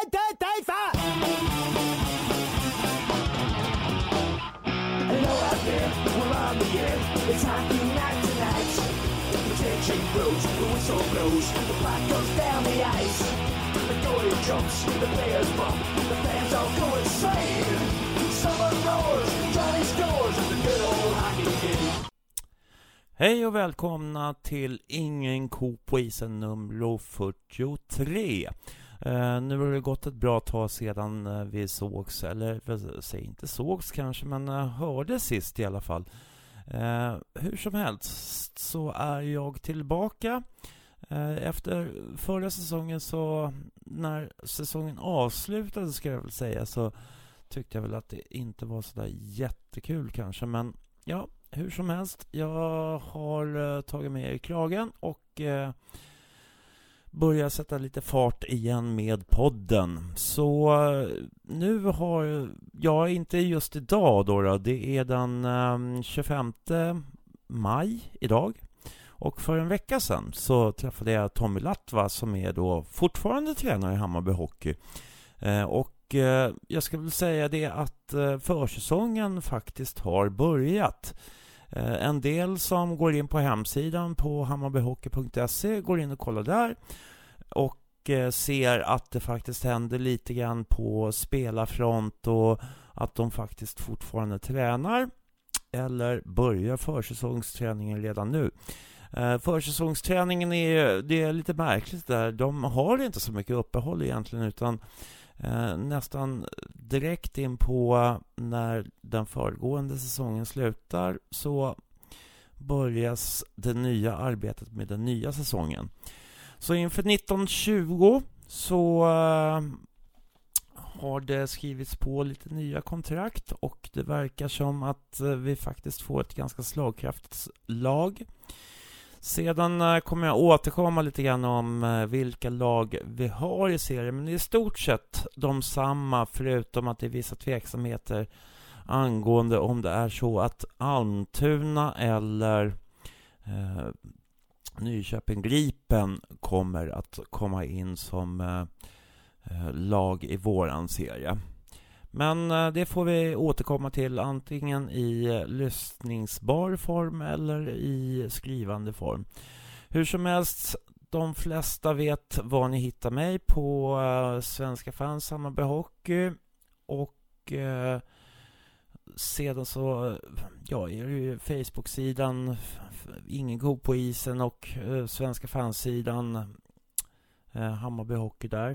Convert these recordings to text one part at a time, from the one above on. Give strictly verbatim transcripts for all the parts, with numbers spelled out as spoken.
good day for. Hello out there, we're on the air. It's hockey night tonight. The tension grows, the whistle blows, the puck goes down the ice. The goalie jumps, the players bump, the fans all go insane. Someone roars, Johnny scores, the good old hockey game. Hej och välkomna till Ingen ko på isen nummer fyrtiotre. Uh, nu har det gått ett bra tag sedan uh, vi sågs, eller säg inte sågs kanske, men uh, hörde sist i alla fall. Uh, hur som helst så är jag tillbaka. Uh, efter förra säsongen, så när säsongen avslutades ska jag väl säga, så tyckte jag väl att det inte var så där jättekul kanske, men ja, hur som helst, jag har uh, tagit med i kragen och uh, börjar sätta lite fart igen med podden. Så uh, nu har jag, inte just idag då, då det är den um, tjugofemte maj idag. Och för en vecka sedan så träffade jag Tommy Latva som är då fortfarande tränare i Hammarby Hockey. Uh, och uh, jag ska väl säga det att uh, försäsongen faktiskt har börjat. En del som går in på hemsidan på hammarbyhockey punkt se går in och kollar där och ser att det faktiskt händer lite grann på spelarfront och att de faktiskt fortfarande tränar eller börjar försäsongsträningen redan nu. Försäsongsträningen är, det är lite märkligt där. De har inte så mycket uppehåll egentligen, utan Eh, nästan direkt in på när den föregående säsongen slutar så börjas det nya arbetet med den nya säsongen. Så inför nitton tjugo så eh, har det skrivits på lite nya kontrakt och det verkar som att eh, vi faktiskt får ett ganska slagkraftigt lag. Sedan kommer jag återkomma lite grann om vilka lag vi har i serien, men det är i stort sett de samma, förutom att det är vissa tveksamheter angående om det är så att Almtuna eller eh, Nyköping Gripen kommer att komma in som eh, lag i våran serie. Men eh, det får vi återkomma till antingen i eh, lyssningsbar form eller i skrivande form. Hur som helst, de flesta vet var ni hittar mig på eh, Svenska fans Hammarby Hockey, och eh, sedan så ja, är det ju Facebook-sidan Ingen ko på isen och eh, Svenska fans-sidan eh, Hammarby Hockey där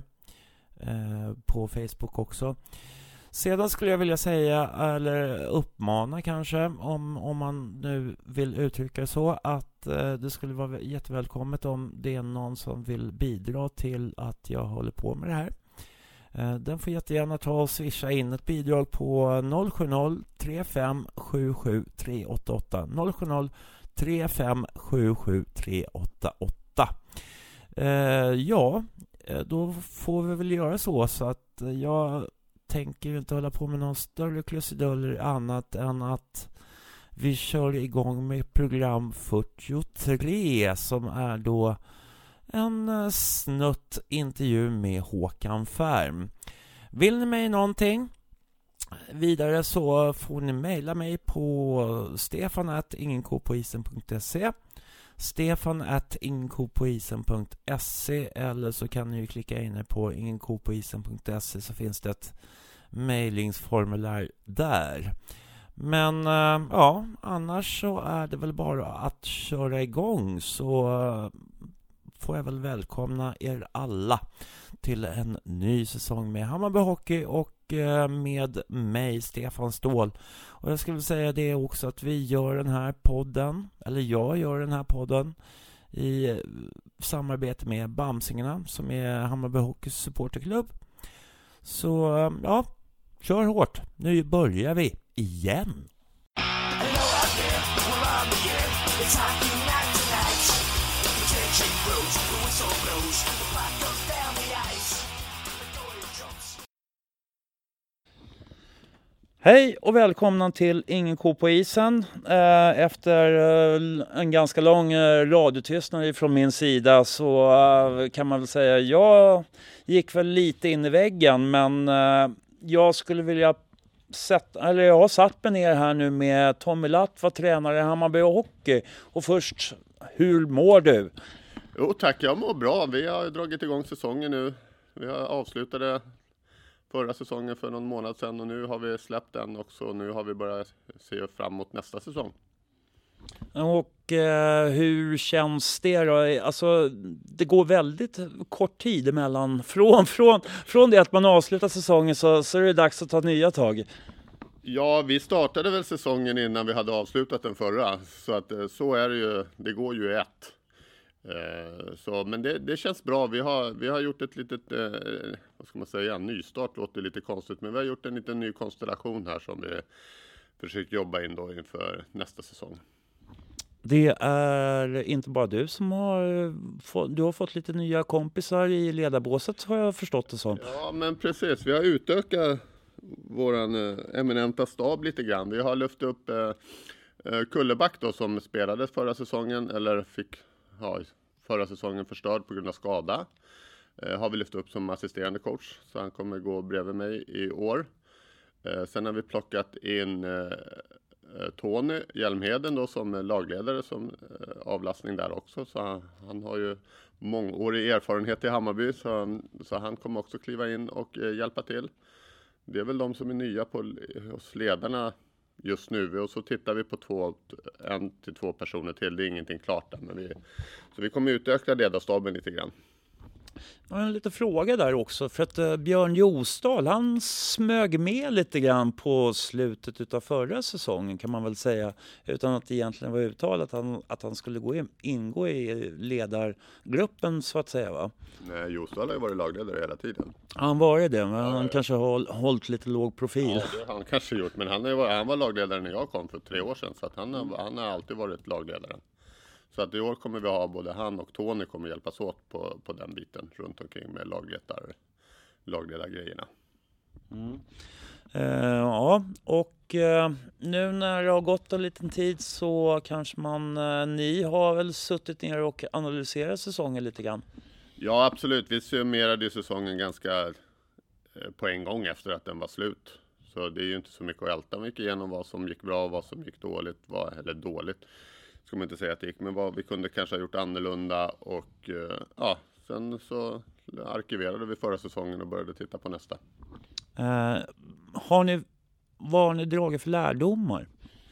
eh, på Facebook också. Sedan skulle jag vilja säga, eller uppmana kanske, om, om man nu vill uttrycka det så, att eh, det skulle vara jättevälkommet om det är någon som vill bidra till att jag håller på med det här. Eh, den får jättegärna ta och swisha in ett bidrag på noll sju noll tre fem sju sju tre åtta åtta. noll sju noll tre fem sju sju tre åtta åtta. Eh, ja, då får vi väl göra så, så att jag tänker inte hålla på med någon större krusiduller annat än att vi kör igång med program fyrtiotre, som är då en snutt intervju med Håkan Färm. Vill ni mig någonting vidare så får ni mejla mig på stefan at ingenkopoisen punkt se stefan at ingenkopoisen punkt se, eller så kan ni ju klicka in på ingenkopoisen punkt se, så finns det ett mejlingsformulär där. Men äh, ja, annars så är det väl bara att köra igång, så äh, får jag väl välkomna er alla till en ny säsong med Hammarby Hockey och äh, med mig, Stefan Ståhl. Och jag skulle säga det också, att vi gör den här podden, eller jag gör den här podden i samarbete med Bamsingarna, som är Hammarby Hockeys supporterklubb. Så ja, kör hårt. Nu börjar vi igen. Hej och välkomna till Ingen ko på isen. Efter en ganska lång radiotystnad från min sida så kan man väl säga jag gick väl lite in i väggen, men jag skulle vilja sätta, eller jag har satt mig ner här nu med Tommy Latt, var tränare i Hammarby Hockey. Och först, hur mår du? Jo tack, jag mår bra. Vi har dragit igång säsongen nu. Vi har avslutade förra säsongen för någon månad sedan och nu har vi släppt den också. Nu har vi börjat se fram emot nästa säsong. Och eh, hur känns det då? Alltså, det går väldigt kort tid emellan. Från, från, från det att man avslutar säsongen så, så är det dags att ta nya tag. Ja, vi startade väl säsongen innan vi hade avslutat den förra. Så att så är det ju. Det går ju ett. Så, men det, det känns bra. Vi har, vi har gjort ett litet, eh, vad ska man säga, nystart låter lite konstigt. Men vi har gjort en liten ny konstellation här som vi försöker jobba in då inför nästa säsong. Det är inte bara du som har fått, du har fått lite nya kompisar i ledarbåset, har jag förstått det som. Ja, men precis. Vi har utökat våran eh, eminenta stab lite grann. Vi har lyft upp eh, Kulleback då som spelades förra säsongen eller fick ja, förra säsongen förstörd på grund av skada. Eh, har vi lyft upp som assisterande coach så han kommer gå bredvid mig i år. Eh, sen har vi plockat in eh, Tony Hjelmheden då som lagledare som eh, avlastning där också. Så han, han har ju mångårig erfarenhet i Hammarby så han, så han kommer också kliva in och eh, hjälpa till. Det är väl de som är nya på, hos ledarna just nu och så tittar vi på två, en till två personer till. Det är ingenting klart där, men vi, så vi kommer utöka ledarstaben lite grann. Jag har en liten fråga där också, för att uh, Björn Jostal, han smög med lite grann på slutet av förra säsongen kan man väl säga, utan att det egentligen var uttalat att han, att han skulle gå in, ingå i ledargruppen så att säga, va? Nej, Jostal har ju varit lagledare hela tiden. Han var ju det, men ja, han ja. kanske har hållit lite låg profil. Ja, det har han kanske gjort, men han, är, han var lagledare när jag kom för tre år sedan, så att han, har, han har alltid varit lagledare. Så att i år kommer vi ha både han och Tony kommer hjälpas åt på, på den biten runt omkring med lagledar, lagledargrejerna. Mm. Uh, ja, och uh, nu när det har gått en liten tid så kanske man, uh, ni har väl suttit ner och analyserat säsongen lite grann? Ja, absolut. Vi summerade ju säsongen ganska eh, på en gång efter att den var slut. Så det är ju inte så mycket att älta. Vi gick igenom vad som gick bra och vad som gick dåligt, vad, eller dåligt. Ska man inte säga att det gick, men vad vi kunde kanske ha gjort annorlunda och eh, ja, sen så arkiverade vi förra säsongen och började titta på nästa. Uh, har ni, vad har ni dragit för lärdomar?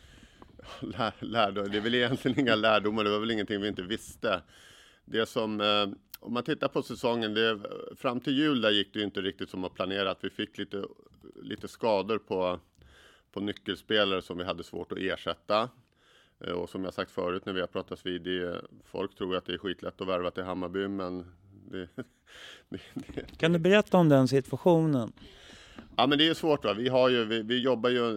Lär, lärdom, det är väl egentligen inga lärdomar, det var väl ingenting vi inte visste. Det som, eh, om man tittar på säsongen, det, fram till jul där gick det ju inte riktigt som att planerat. Vi fick lite, lite skador på, på nyckelspelare som vi hade svårt att ersätta. Och som jag sagt förut när vi har pratat vid, det, folk tror att det är skitlätt att värva till Hammarby, men det, det, det, kan du berätta om den situationen? Ja, men det är svårt, va? Vi har ju, vi, vi jobbar ju,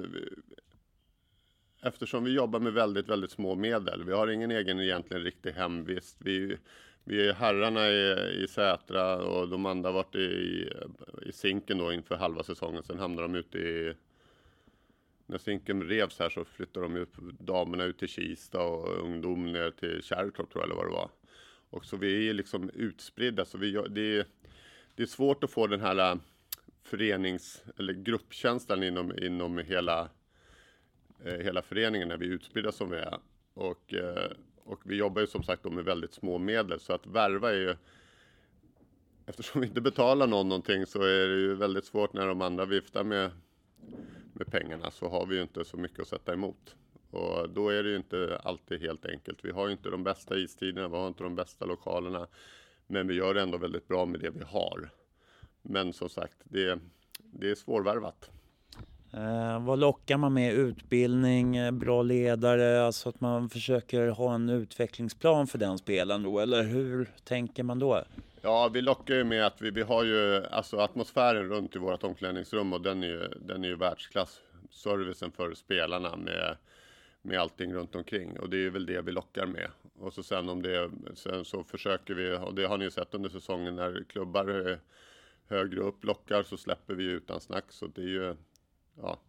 eftersom vi jobbar med väldigt, väldigt små medel. Vi har ingen egen egentligen riktig hemvist. Vi, vi är herrarna i, i Sätra och de andra har varit i, i Zinken då inför halva säsongen. Sen hamnar de ute i, när Zinken revs här så flyttar de upp damerna ut till Kista och ungdom ner till Kärrtorp tror jag eller vad det var. Och så vi är liksom utspridda, så vi, det, är, det är svårt att få den här förenings- eller gruppkänslan inom, inom hela, eh, hela föreningen när vi är utspridda som vi är. Och, eh, och vi jobbar ju som sagt med väldigt små medel, så att värva är ju, eftersom vi inte betalar någon någonting så är det ju väldigt svårt när de andra viftar med, med pengarna, så har vi ju inte så mycket att sätta emot. Och då är det ju inte alltid helt enkelt. Vi har ju inte de bästa istiderna, vi har inte de bästa lokalerna, men vi gör det ändå väldigt bra med det vi har. Men som sagt, det, det är svårvärvat. Eh, vad lockar man med? Utbildning, bra ledare, alltså att man försöker ha en utvecklingsplan för den spelaren då, eller hur tänker man då? Ja, vi lockar ju med att vi, vi har ju alltså atmosfären runt i vårt omklädningsrum, och den är ju, den är ju världsklass. Servicen för spelarna med, med allting runt omkring, och det är ju väl det vi lockar med. Och så sen om det, sen så försöker vi, och det har ni ju sett under säsongen när klubbar högre upp lockar, så släpper vi utan snack, så det är ju, ja,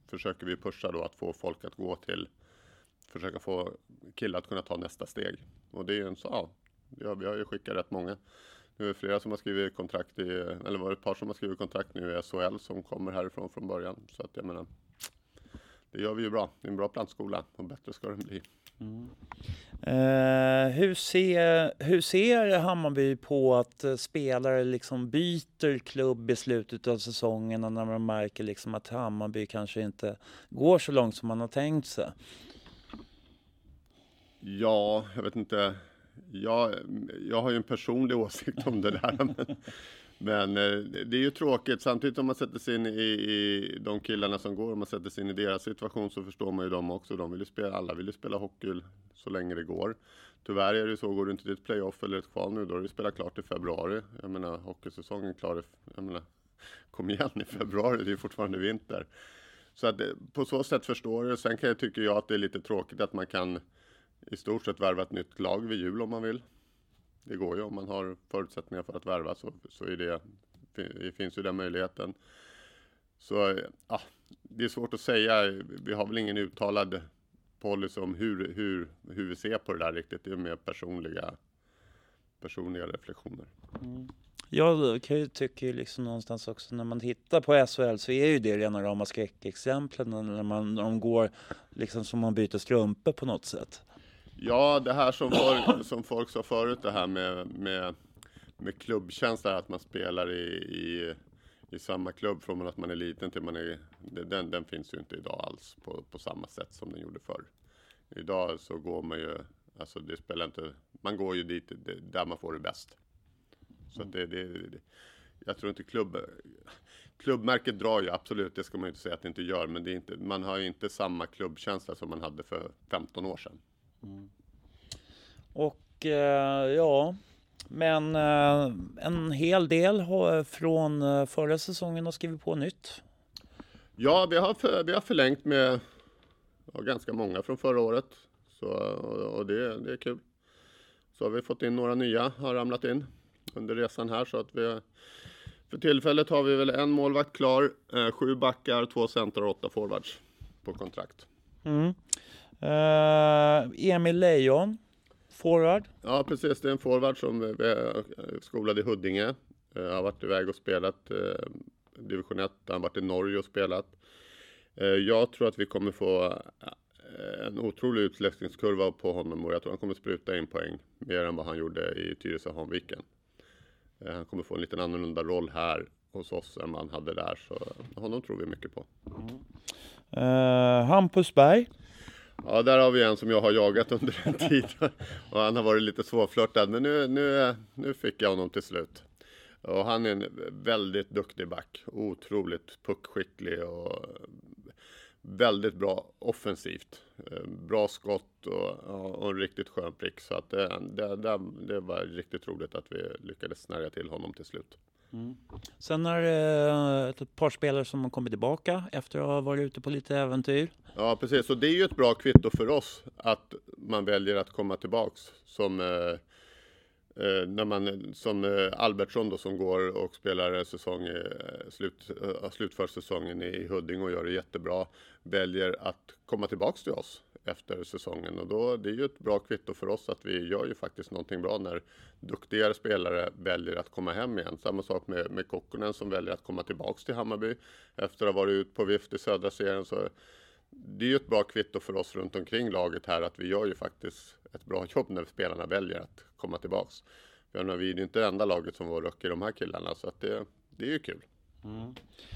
försöker vi pusha då att få folk att gå till, försöka få killar att kunna ta nästa steg. Och det är ju en så, ja, ja, vi har ju skickat rätt många. Nu är det flera som har skrivit kontrakt i, eller var det ett par som har skrivit kontrakt nu i S H L som kommer härifrån från början. Så att jag menar, det gör vi ju bra. Det är en bra plantskola och bättre ska den bli. Mm. Eh, hur, ser, hur ser Hammarby på att eh, spelare liksom byter klubb i slutet av säsongen när man märker liksom att Hammarby kanske inte går så långt som man har tänkt sig? Ja, jag vet inte. Jag, jag har ju en personlig åsikt om det där. Men, men det är ju tråkigt. Samtidigt om man sätter sig in i, i de killarna som går, om man sätter sig in i deras situation, så förstår man ju dem också. De vill ju spela, alla vill ju spela hockey så länge det går. Tyvärr är det så, går du inte till ett playoff eller ett kval nu, då är det spelat klart i februari. Jag menar, hockeysäsongen klar i, jag menar, kom igen i februari, det är fortfarande vinter. Så att på så sätt förstår jag. Sen kan jag tycka jag att det är lite tråkigt att man kan i stort sett värva ett nytt lag vid jul om man vill. Det går ju om man har förutsättningar för att värva, så, så är det, det finns ju den möjligheten. Så ja, det är svårt att säga. Vi har väl ingen uttalad policy om hur, hur, hur vi ser på det där riktigt. Det är mer personliga, personliga reflektioner. Mm. Jag kan ju tycka liksom någonstans också när man tittar på S H L så är ju det rena rama skräckexemplen när man när de går liksom som man byter strumpor på något sätt. Ja, det här som folk, som folk sa förut, det här med, med, med klubbkänsla, att man spelar i, i, i samma klubb från att man är liten till man är, den, den finns ju inte idag alls på, på samma sätt som den gjorde förr. Idag så går man ju, alltså det spelar inte, man går ju dit där man får det bäst. Så att det, det, det, jag tror inte klubb, klubbmärket drar ju absolut, det ska man ju inte säga att det inte gör, men det är inte, man har ju inte samma klubbkänsla som man hade för femton år sedan. Mm. Och eh, ja, men eh, en hel del har, från eh, förra säsongen har skrivit på nytt. Ja, vi har, för, vi har förlängt med ja, ganska många från förra året, så, och, och det, det är kul. Så har vi fått in några nya, har ramlat in under resan här, så att vi, för tillfället har vi väl en målvakt klar, eh, sju backar, två center och åtta forwards på kontrakt. Mm. Uh, Emil Lejon, forward. Ja, precis. Det är en forward som är skolad i Huddinge. Uh, har varit iväg och spelat uh, division ett. Han har varit i Norge och spelat. Uh, jag tror att vi kommer få uh, en otrolig utläggningskurva på honom, och jag tror han kommer spruta in poäng mer än vad han gjorde i Tyresö-Hanviken. Uh, han kommer få en liten annorlunda roll här hos oss än vad han hade där, så honom tror vi mycket på. Mm. Uh, Hampus Berg. Ja, där har vi en som jag har jagat under en tid, och han har varit lite svårflörtad, men nu, nu, nu fick jag honom till slut. Och han är en väldigt duktig back, otroligt puckskicklig och väldigt bra offensivt. Bra skott och, och en riktigt skön prick, så att det, det, det, det var riktigt roligt att vi lyckades snärja till honom till slut. Mm. Sen är det ett par spelare som har kommit tillbaka efter att ha varit ute på lite äventyr. Ja, precis. Och det är ju ett bra kvitto för oss att man väljer att komma tillbaks. Som, eh, när man, som eh, Albertsson då, som går och spelar säsong, eh, slut, eh, slutför säsongen i Huddinge och gör det jättebra. Väljer att komma tillbaks till oss efter säsongen. Och då, det är ju ett bra kvitto för oss att vi gör ju faktiskt någonting bra när duktigare spelare väljer att komma hem igen. Samma sak med, med Kokkonen som väljer att komma tillbaks till Hammarby efter att ha varit ut på vift i södra serien. Så det är ju ett bra kvitto för oss runt omkring laget här att vi gör ju faktiskt ett bra jobb när spelarna väljer att komma tillbaks. För när vi är ju inte det enda laget som var röck i de här killarna, så att det, det är ju kul. Mm.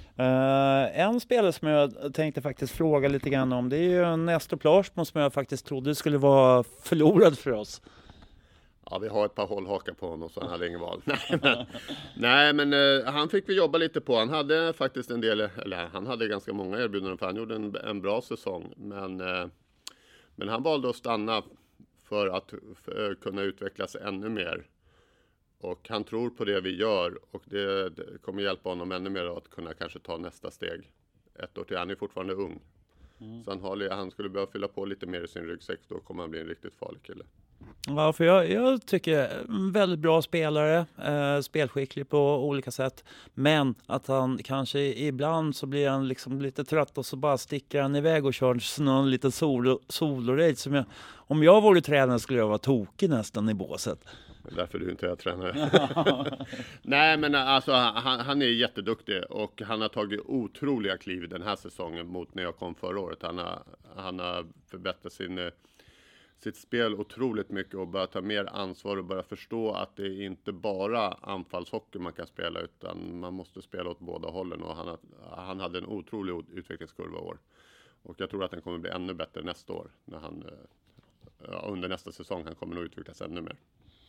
Uh, en spelare som jag tänkte faktiskt fråga lite grann om, det är ju Nestor Plarsmo som jag faktiskt trodde skulle vara förlorad för oss. Ja, vi har ett par hållhakar på honom så han hade ingen val. Nej, men, nej, men uh, han fick vi jobba lite på. Han hade faktiskt en del, eller han hade ganska många erbjudanden för han gjorde en, en bra säsong. Men, uh, men han valde att stanna för att för, kunna utvecklas ännu mer. Och han tror på det vi gör och det, det kommer hjälpa honom ännu mer att kunna kanske ta nästa steg. Ett år till, han är fortfarande ung. Mm. Så han, har, han skulle behöva fylla på lite mer i sin ryggsäck, då kommer han bli en riktigt farlig kille. Ja, för jag, jag tycker en väldigt bra spelare, eh, spelskicklig på olika sätt. Men att han kanske ibland så blir han liksom lite trött och så bara sticker han iväg och kör någon liten solo, solo-raid som jag, om jag vore tränare skulle jag vara tokig nästan i båset. Därför du inte är tränare. Nej, men alltså han, han är jätteduktig och han har tagit otroliga kliv den här säsongen mot när jag kom förra året. Han har, han har förbättrat sin, sitt spel otroligt mycket och börjat ta mer ansvar och börja förstå att det är inte bara anfallshockey man kan spela utan man måste spela åt båda hållen och han, har, han hade en otrolig utvecklingskurva i år. Och jag tror att den kommer bli ännu bättre nästa år när han, under nästa säsong han kommer nog utvecklas ännu mer.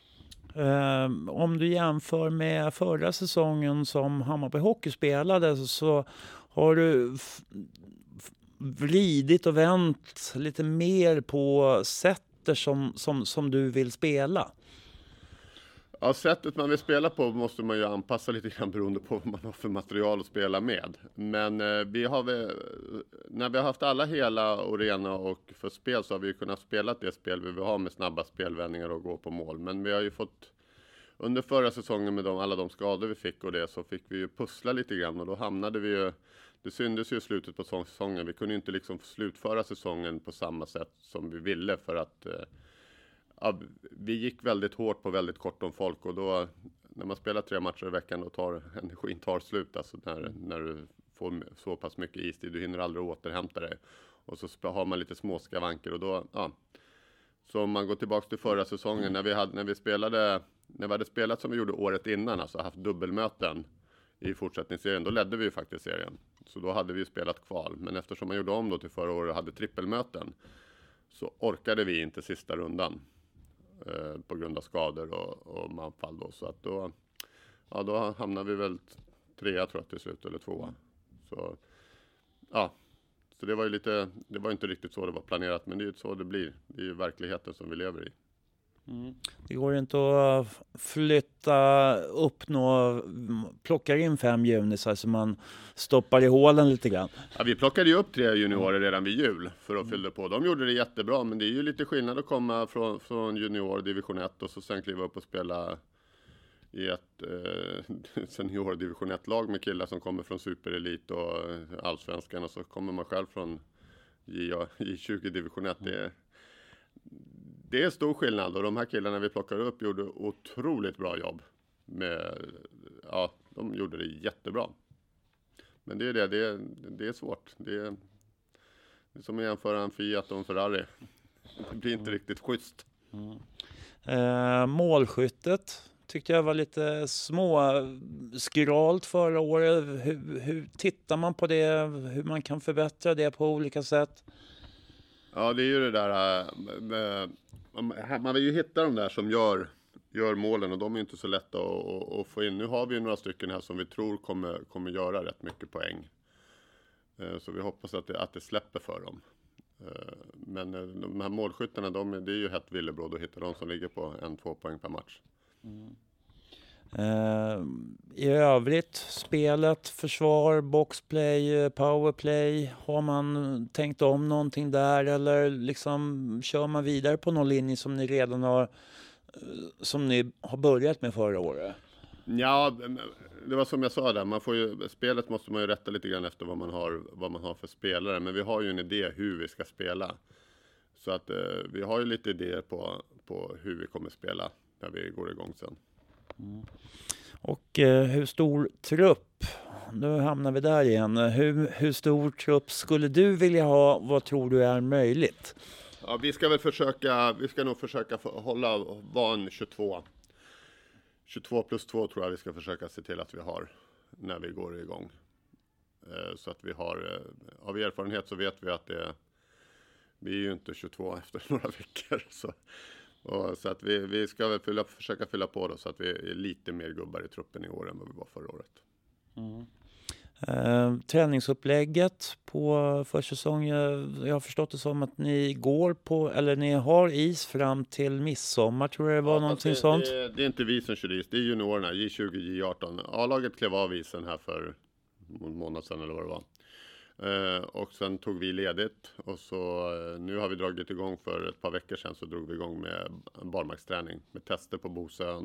Um, om du jämför med förra säsongen som Hammarby Hockey spelade så, så har du f- f- vridit och vänt lite mer på sättet som, som, som du vill spela. Ja, sättet man vill spela på måste man ju anpassa lite grann beroende på vad man har för material att spela med. Men eh, vi har väl, när vi har haft alla hela och rena och för spel så har vi ju kunnat spela det spel vi vill ha med snabba spelvändningar och gå på mål. Men vi har ju fått, under förra säsongen med de, alla de skador vi fick och det så fick vi ju pussla lite grann och då hamnade vi ju, det syndes ju i slutet på säsongen. Vi kunde inte liksom slutföra säsongen på samma sätt som vi ville för att eh, ja, vi gick väldigt hårt på väldigt kort om folk och då när man spelar tre matcher i veckan och tar energin tar slut alltså när, när du får så pass mycket istid, du hinner aldrig återhämta dig och så har man lite små skavanker och då ja. Så om man går tillbaka till förra säsongen när vi hade när vi spelade när vi hade spelat som vi gjorde året innan alltså haft dubbelmöten i fortsättningsserien, då ledde vi ju faktiskt serien. Så då hade vi ju spelat kval, men eftersom man gjorde om då till förra året och hade trippelmöten så orkade vi inte sista rundan. På grund av skador och, och manfall då. Så att då, ja, då hamnar vi väl trea tror jag till slut eller tvåa. Så ja, så det var ju lite, det var inte riktigt så det var planerat men det är ju så det blir. Det är ju verkligheten som vi lever i. Mm. Det går inte att flytta upp några, plockar in fem junisar så man stoppar i hålen lite grann. Ja, vi plockade ju upp tre juniorer redan vid jul för att fylla på. De gjorde det jättebra men det är ju lite skillnad att komma från, från junior division ett och så sen kliva upp och spela i ett eh, senior division ett-lag med killar som kommer från superelit och allsvenskan och så kommer man själv från J tjugo division ett. Det är, det är stor skillnad och de här killarna vi plockar upp gjorde otroligt bra jobb. Med, ja, de gjorde det jättebra. Men det är det, det är, det är svårt. Det är, det är som att jämföra en Fiat och en Ferrari. Det blir inte riktigt schysst. Mm. Eh, målskyttet tyckte jag var lite små skralt förra året. Hur, hur tittar man på det? Hur man kan förbättra det på olika sätt? Ja, det är ju det där med, man vill ju hitta de där som gör, gör målen och de är inte så lätta att, att, att få in. Nu har vi ju några stycken här som vi tror kommer, kommer göra rätt mycket poäng. Så vi hoppas att det, att det släpper för dem. Men de här målskyttarna, de, det är ju hett villebråd att hitta de som ligger på en, två poäng per match. Mm. Uh, I övrigt, spelet, försvar, boxplay, powerplay, har man tänkt om någonting där eller liksom kör man vidare på någon linje som ni redan har som ni har börjat med förra året? Ja, det var som jag sa där, man får ju, spelet måste man ju rätta lite grann efter vad man har, vad man har för spelare, men vi har ju en idé hur vi ska spela. Så att eh, vi har ju lite idéer på, på hur vi kommer spela när vi går igång sen. Mm. Och eh, hur stor trupp, nu hamnar vi där igen, hur, hur stor trupp skulle du vilja ha, vad tror du är möjligt? Ja, vi ska väl försöka, vi ska nog försöka hålla, vara en tjugotvå. tjugotvå plus två tror jag vi ska försöka se till att vi har när vi går igång. Eh, så att vi har, eh, av erfarenhet så vet vi att det, vi är ju inte tjugotvå efter några veckor. Så, och, så att vi, vi ska väl fylla, försöka fylla på då så att vi är lite mer gubbar i truppen i år än vad vi var förra året. Mm. Eh, träningsupplägget på försäsongen, jag har förstått det som att ni går på, eller ni har is fram till midsommar, tror jag det var, ja, någonting det, sånt. Det, det är inte vi som kör is, det är juniorerna, J tjugo, J arton. A-laget klev av isen här för en månad sedan eller vad det var. Eh, och sen tog vi ledigt och så eh, nu har vi dragit igång för ett par veckor sedan så drog vi igång med barmarksträning med tester på Bosön.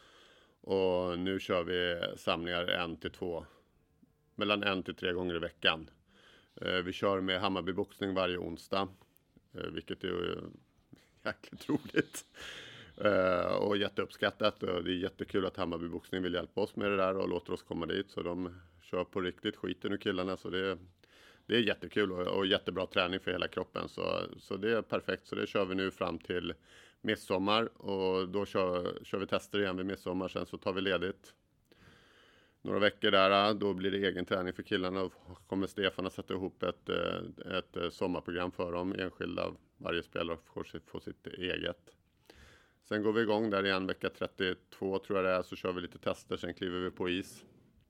Och nu kör vi samlingar en till två, mellan en till tre gånger i veckan. Eh, vi kör med Hammarby boxning varje onsdag, eh, vilket är uh, jäkligt roligt. Uh, och jätteuppskattat. Och det är jättekul att Hammarby boxning vill hjälpa oss med det där och låter oss komma dit. Så de kör på riktigt skiten ur killarna. Så det, det är jättekul och, och jättebra träning för hela kroppen. Så, så det är perfekt. Så det kör vi nu fram till midsommar. Och då kör, kör vi tester igen vid midsommar. Sen så tar vi ledigt några veckor där. Då blir det egen träning för killarna. Och kommer Stefan att sätta ihop ett, ett, ett sommarprogram för dem. Enskilda, varje spelare får sitt, får sitt eget. Sen går vi igång där igen vecka trettiotvå tror jag det är. Så kör vi lite tester, sen kliver vi på is.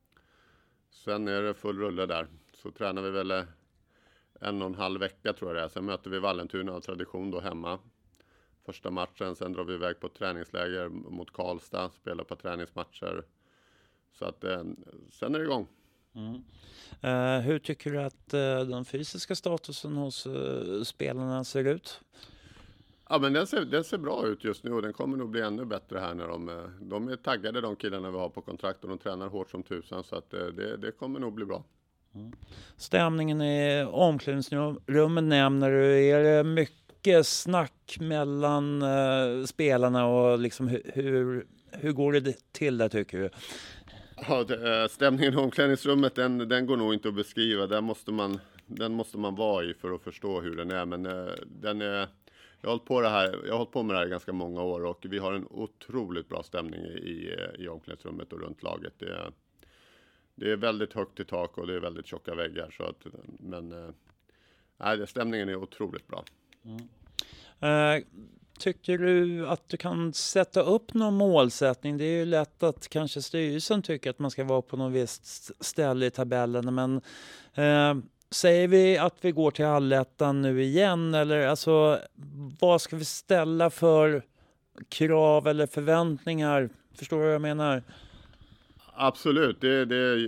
Sen är det full rulle där. Så tränar vi väl en och en halv vecka tror jag det är. Sen möter vi Vallentuna av tradition då hemma. Första matchen, sen drar vi iväg på ett träningsläger mot Karlstad. Spelar på träningsmatcher. Så att eh, sen är det igång. Mm. Uh, hur tycker du att uh, den fysiska statusen hos uh, spelarna ser ut? Ja, men den ser, den ser bra ut just nu och den kommer nog bli ännu bättre här när de, de är taggade, de killarna vi har på kontrakt, och de tränar hårt som tusan, så att det, det kommer nog bli bra. Mm. Stämningen i omklädningsrummet nämner du. Är det mycket snack mellan uh, spelarna och liksom hur, hur, hur går det till där tycker du? Ja, det, stämningen i omklädningsrummet den, den går nog inte att beskriva. Där måste man, den måste man vara i för att förstå hur den är, men uh, den är... Jag har hållit på det här, jag har hållit på med det här i ganska många år och vi har en otroligt bra stämning i, i omklädningsrummet och runt laget. Det är, det är väldigt högt i tak och det är väldigt tjocka väggar. Så att, men nej, stämningen är otroligt bra. Mm. Uh, tycker du att du kan sätta upp någon målsättning? Det är ju lätt att kanske styrelsen tycker att man ska vara på något visst ställe i tabellen, men... Uh, Säger vi att vi går till allettan nu igen, eller alltså vad ska vi ställa för krav eller förväntningar? Förstår du vad jag menar? Absolut, det, det,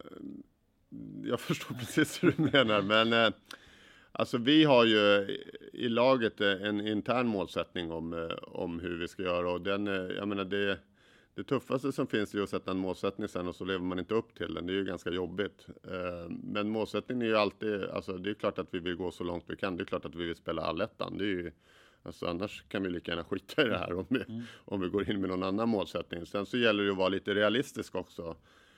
jag förstår precis hur du menar, men eh, alltså vi har ju i laget en intern målsättning om, om hur vi ska göra, och den, jag menar det Det tuffaste som finns är att sätta en målsättning sen och så lever man inte upp till den. Det är ju ganska jobbigt. Men målsättningen är ju alltid, alltså det är klart att vi vill gå så långt vi kan. Det är klart att vi vill spela allettan. Det är ju, alltså annars kan vi lika gärna skita i det här om vi, mm. om vi går in med någon annan målsättning. Sen så gäller det att vara lite realistisk också.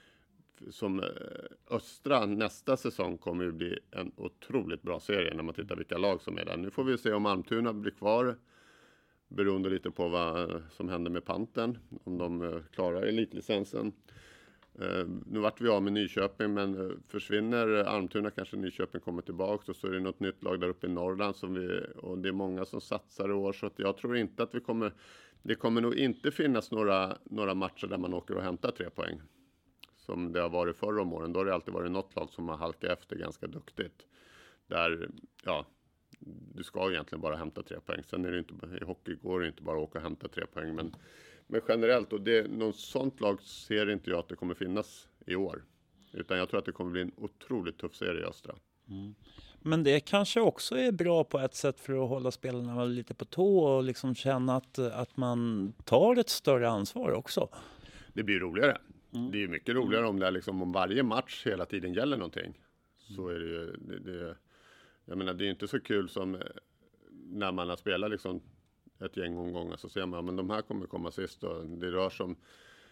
Som Östra nästa säsong kommer ju bli en otroligt bra serie när man tittar vilka lag som är där. Nu får vi se om Almtuna blir kvar. Beroende lite på vad som händer med Panten, om de klarar elitlicensen. Uh, nu vart vi av med Nyköping, men försvinner Almtuna kanske Nyköping kommer tillbaka, och så är det något nytt lag där uppe i Norrland som vi, och det är många som satsar i år, så att jag tror inte att vi kommer, det kommer nog inte finnas några, några matcher där man åker och hämtar tre poäng. Som det har varit förra om åren, då har det alltid varit något lag som har halkat efter ganska duktigt. Där, ja... Du ska egentligen bara hämta tre poäng. Sen är det inte, i hockey går det inte bara att åka och hämta tre poäng. Men, men generellt, och det, något sånt lag ser inte jag att det kommer finnas i år. Utan jag tror att det kommer bli en otroligt tuff serie i Östra. Mm. Men det kanske också är bra på ett sätt för att hålla spelarna lite på tå och liksom känna att, att man tar ett större ansvar också. Det blir roligare. Mm. Det är mycket roligare om det är liksom, om varje match hela tiden gäller någonting. Så är det ju... Det, det, Jag menar, det är inte så kul som när man har spelat liksom ett gäng omgångar, så ser man men de här kommer komma sist, och det rör sig om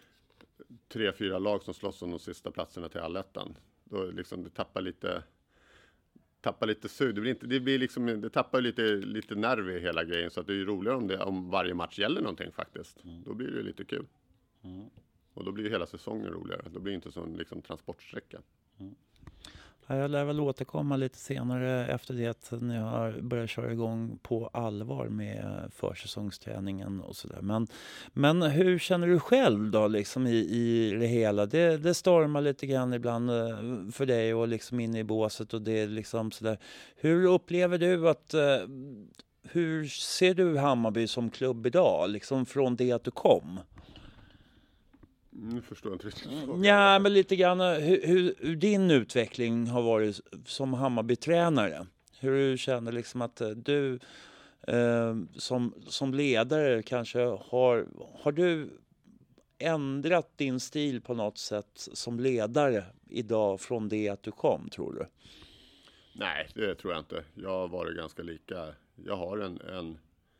tre, fyra lag som slåss om de sista platserna till allettan. Då liksom det tappar lite tappar lite sug. Det blir inte det blir liksom det tappar lite lite nerv i hela grejen, så att det är ju roligare om det om varje match gäller någonting faktiskt. Mm. Då blir det lite kul. Mm. Och då blir ju hela säsongen roligare. Då blir det inte sån liksom transportsträcka. Mm. Jag lär väl återkomma lite senare efter det att ni har börjat köra igång på allvar med försäsongsträningen och sådär. Men, men hur känner du själv då liksom i, i det hela? Det, det stormar lite grann ibland för dig och liksom inne i båset och det är liksom sådär. Hur upplever du att, hur ser du Hammarby som klubb idag? Liksom från det att du kom? Nu förstår jag inte riktigt. Ja, men lite grann hur, hur, hur din utveckling har varit som Hammarby-tränare. Hur du känner liksom att du eh, som, som ledare kanske har... Har du ändrat din stil på något sätt som ledare idag från det att du kom, tror du? Nej, det tror jag inte. Jag har varit ganska lika. Jag har en... en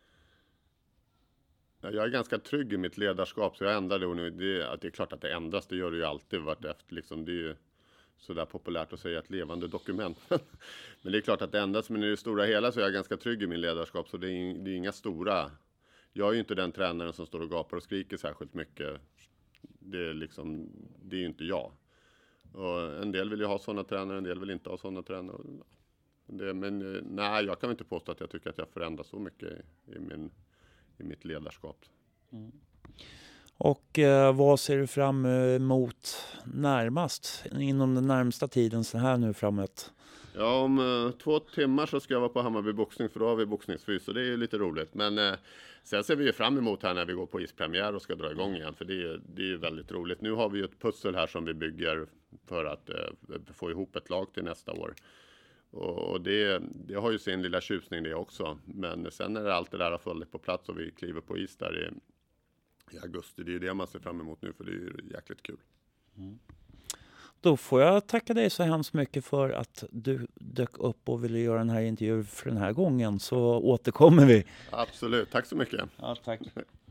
jag är ganska trygg i mitt ledarskap, så jag ändrade det nu. Det, att det är klart att det ändras, det gör det ju alltid vartefter. Liksom, det är ju sådär populärt att säga ett levande dokument. Men det är klart att det ändras, men i det stora hela så är jag ganska trygg i min ledarskap. Så det är, det är inga stora... Jag är ju inte den tränaren som står och gapar och skriker särskilt mycket. Det är, liksom, det är ju inte jag. Och en del vill ju ha sådana tränare, en del vill inte ha sådana tränare. Det, men nej, jag kan inte påstå att jag tycker att jag förändrar så mycket i, min, i mitt ledarskap. Mm. Och eh, vad ser du fram emot närmast inom den närmsta tiden så här nu framåt? Ja, om eh, två timmar så ska jag vara på Hammarby boxning, för då har vi boxningsfys, så det är ju lite roligt. Men eh, sen ser vi ju fram emot här när vi går på ispremiär och ska dra igång igen, för det är, det är ju väldigt roligt. Nu har vi ju ett pussel här som vi bygger för att eh, få ihop ett lag till nästa år. Och, och det, det har ju sin lilla tjusning det också. Men sen när allt det där har fallit på plats och vi kliver på is där i, i augusti, det är ju det man ser fram emot nu, för det är ju jäkligt kul. Mm. Då får jag tacka dig så hemskt mycket för att du dök upp och ville göra den här intervjun för den här gången, så återkommer vi. Absolut, tack så mycket. Ja, tack.